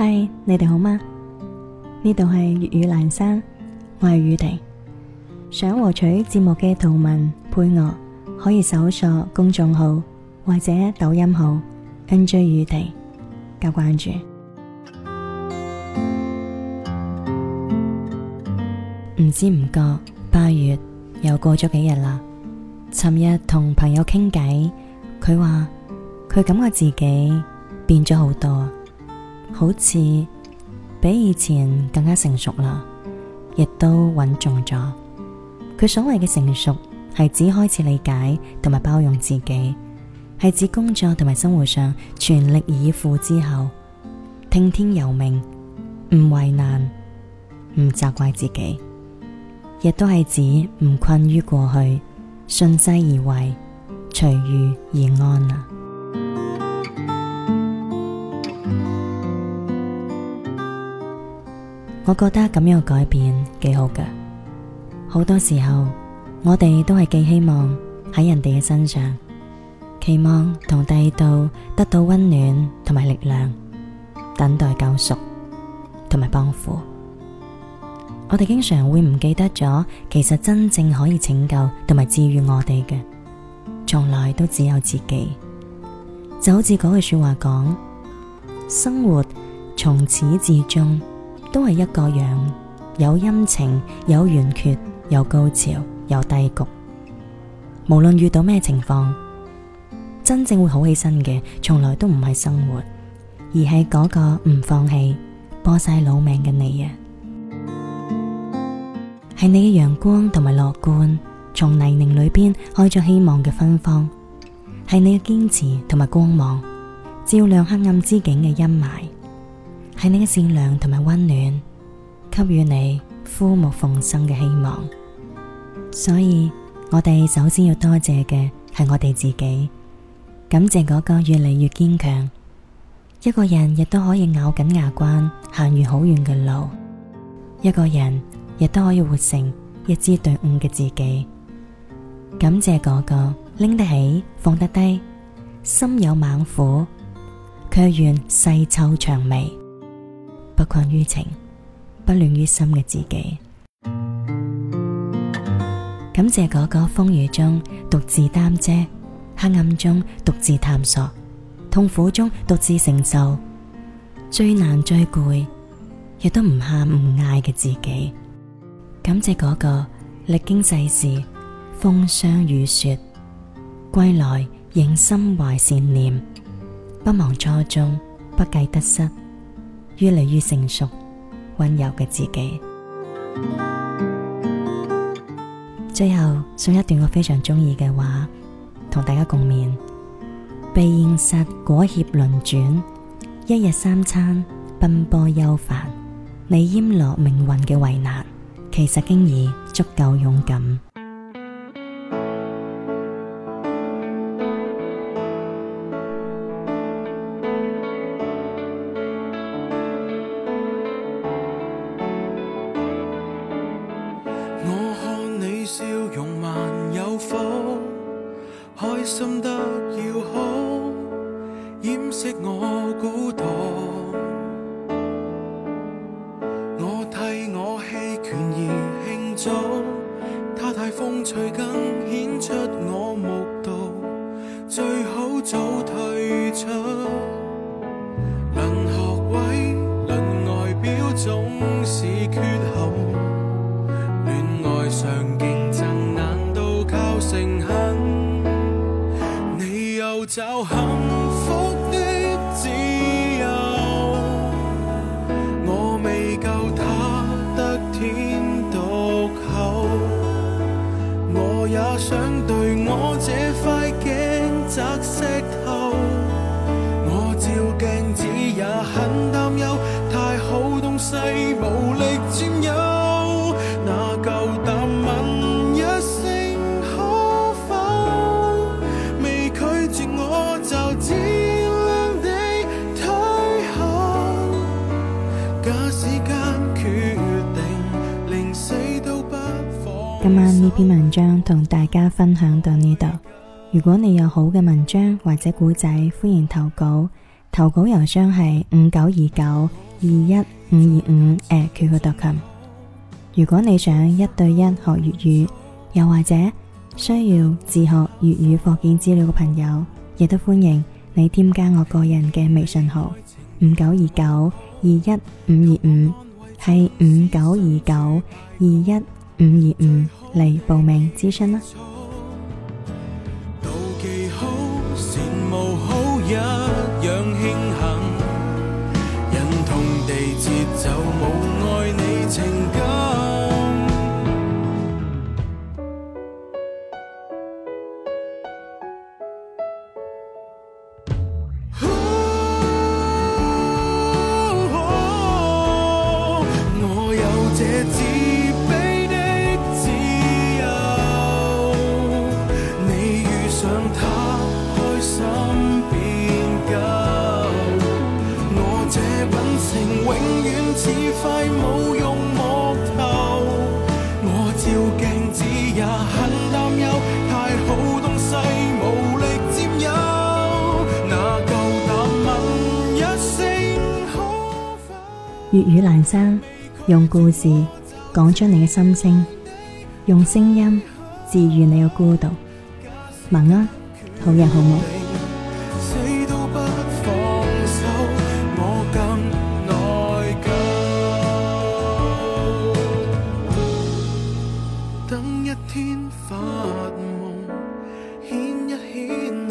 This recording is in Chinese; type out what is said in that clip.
嗨，你哋好嗎？呢度係粵語闌珊，我係宇婷。想獲取節目嘅圖文配樂，可以搜索公眾號或者抖音號 NJ 宇婷加關注。唔知唔覺8月又過咗幾日啦。尋日同朋友傾偈，佢話佢感覺自己變咗好多，好似比以前更加成熟啦，亦都穩重咗。佢所謂嘅成熟係指開始理解同埋包容自己，係指工作同埋生活上全力以赴之後，聽天由命，唔為難，唔責怪自己，亦都係指唔困於過去，順勢而為，隨遇而安啊。我覺得咁樣嘅改變幾好㗎。好多時候我哋都係寄希望喺人哋嘅身上，期望同第二度得到溫暖同埋力量，等待救贖同埋幫扶。我哋經常會唔記得咗，其實真正可以拯救同埋治愈我哋嘅，從來都只有自己。就好似嗰句說話講，生活從始至終都係一個樣，有陰晴，有圓缺，有高潮，有低谷。無論遇到咩情況，真正會好起身嘅，從來都唔係生活，而係嗰個唔放棄搏晒老命嘅你啊！係你嘅陽光同埋樂觀，從泥濘裏邊開咗希望嘅芬芳；係你嘅堅持同埋光芒，照亮黑暗之境嘅陰霾；係你嘅善良同埋溫暖，給予你枯木逢生嘅希望。所以我哋首先要多謝嘅係我哋自己，感謝嗰個越嚟越堅強，一個人亦都可以咬緊牙關行完好遠嘅路，一個人亦都可以活成一支隊伍嘅自己。感謝嗰個拎得起放得低，心有猛虎卻願細嗅薔薇，不困於情，不亂於心嘅自己。感謝嗰個風雨中獨自擔遮，黑暗中獨自探索，痛苦中獨自承受，最難最攰亦都唔喊唔嗌嘅自己。感謝嗰個歷經世事風霜雨雪，歸來仍心懷善念，不忘初衷，不計得失，越嚟越成熟溫柔嘅自己。最後送一段我非常中意嘅話同大家共勉：被現實裹挾輪轉，一日三餐奔波憂煩，你淹落命運嘅為難，其實經已足夠勇敢。 我看你笑容萬有福，開心得要好，掩飾我孤獨。我替我棄權而慶祝，他太風趣更顯出我目睹，最好早退出。論學位論外表總是缺口，戀愛上競爭難道靠誠懇？你又找幸福的自由，我未夠他得天獨厚，我也想對我這塊鏡砸石頭，我照鏡子也很擔憂，太好東西無力佔有，那夠膽問一聲可否，未拒絕我就自量地退後，假時間決定令死都不放。 今晚呢篇文章同大家分享到呢度。如果你有好嘅文章或者古仔，歡迎投稿。投稿郵箱係 215225@qq.com。如果你想1對1學粵語，又或者需要自學粵語課件資料嘅朋友，亦都歡迎你添加我個人嘅微信號5929212525，係5929212525嚟報名諮詢啦。 妒忌好，羨慕好，一樣慶幸。人同地節奏，無愛你情感。我有這自卑的自由，你遇上他開心變夠，我這品情永遠似塊冇用木頭，我照鏡子也很擔憂，太好東西無力佔有，那夠膽問一聲可否？ 粵語闌珊，用故事講出你嘅心聲，用聲音治愈你嘅孤獨。晚安，好人好夢。 死都不放手，我更內疚。等一天發夢，牽一牽。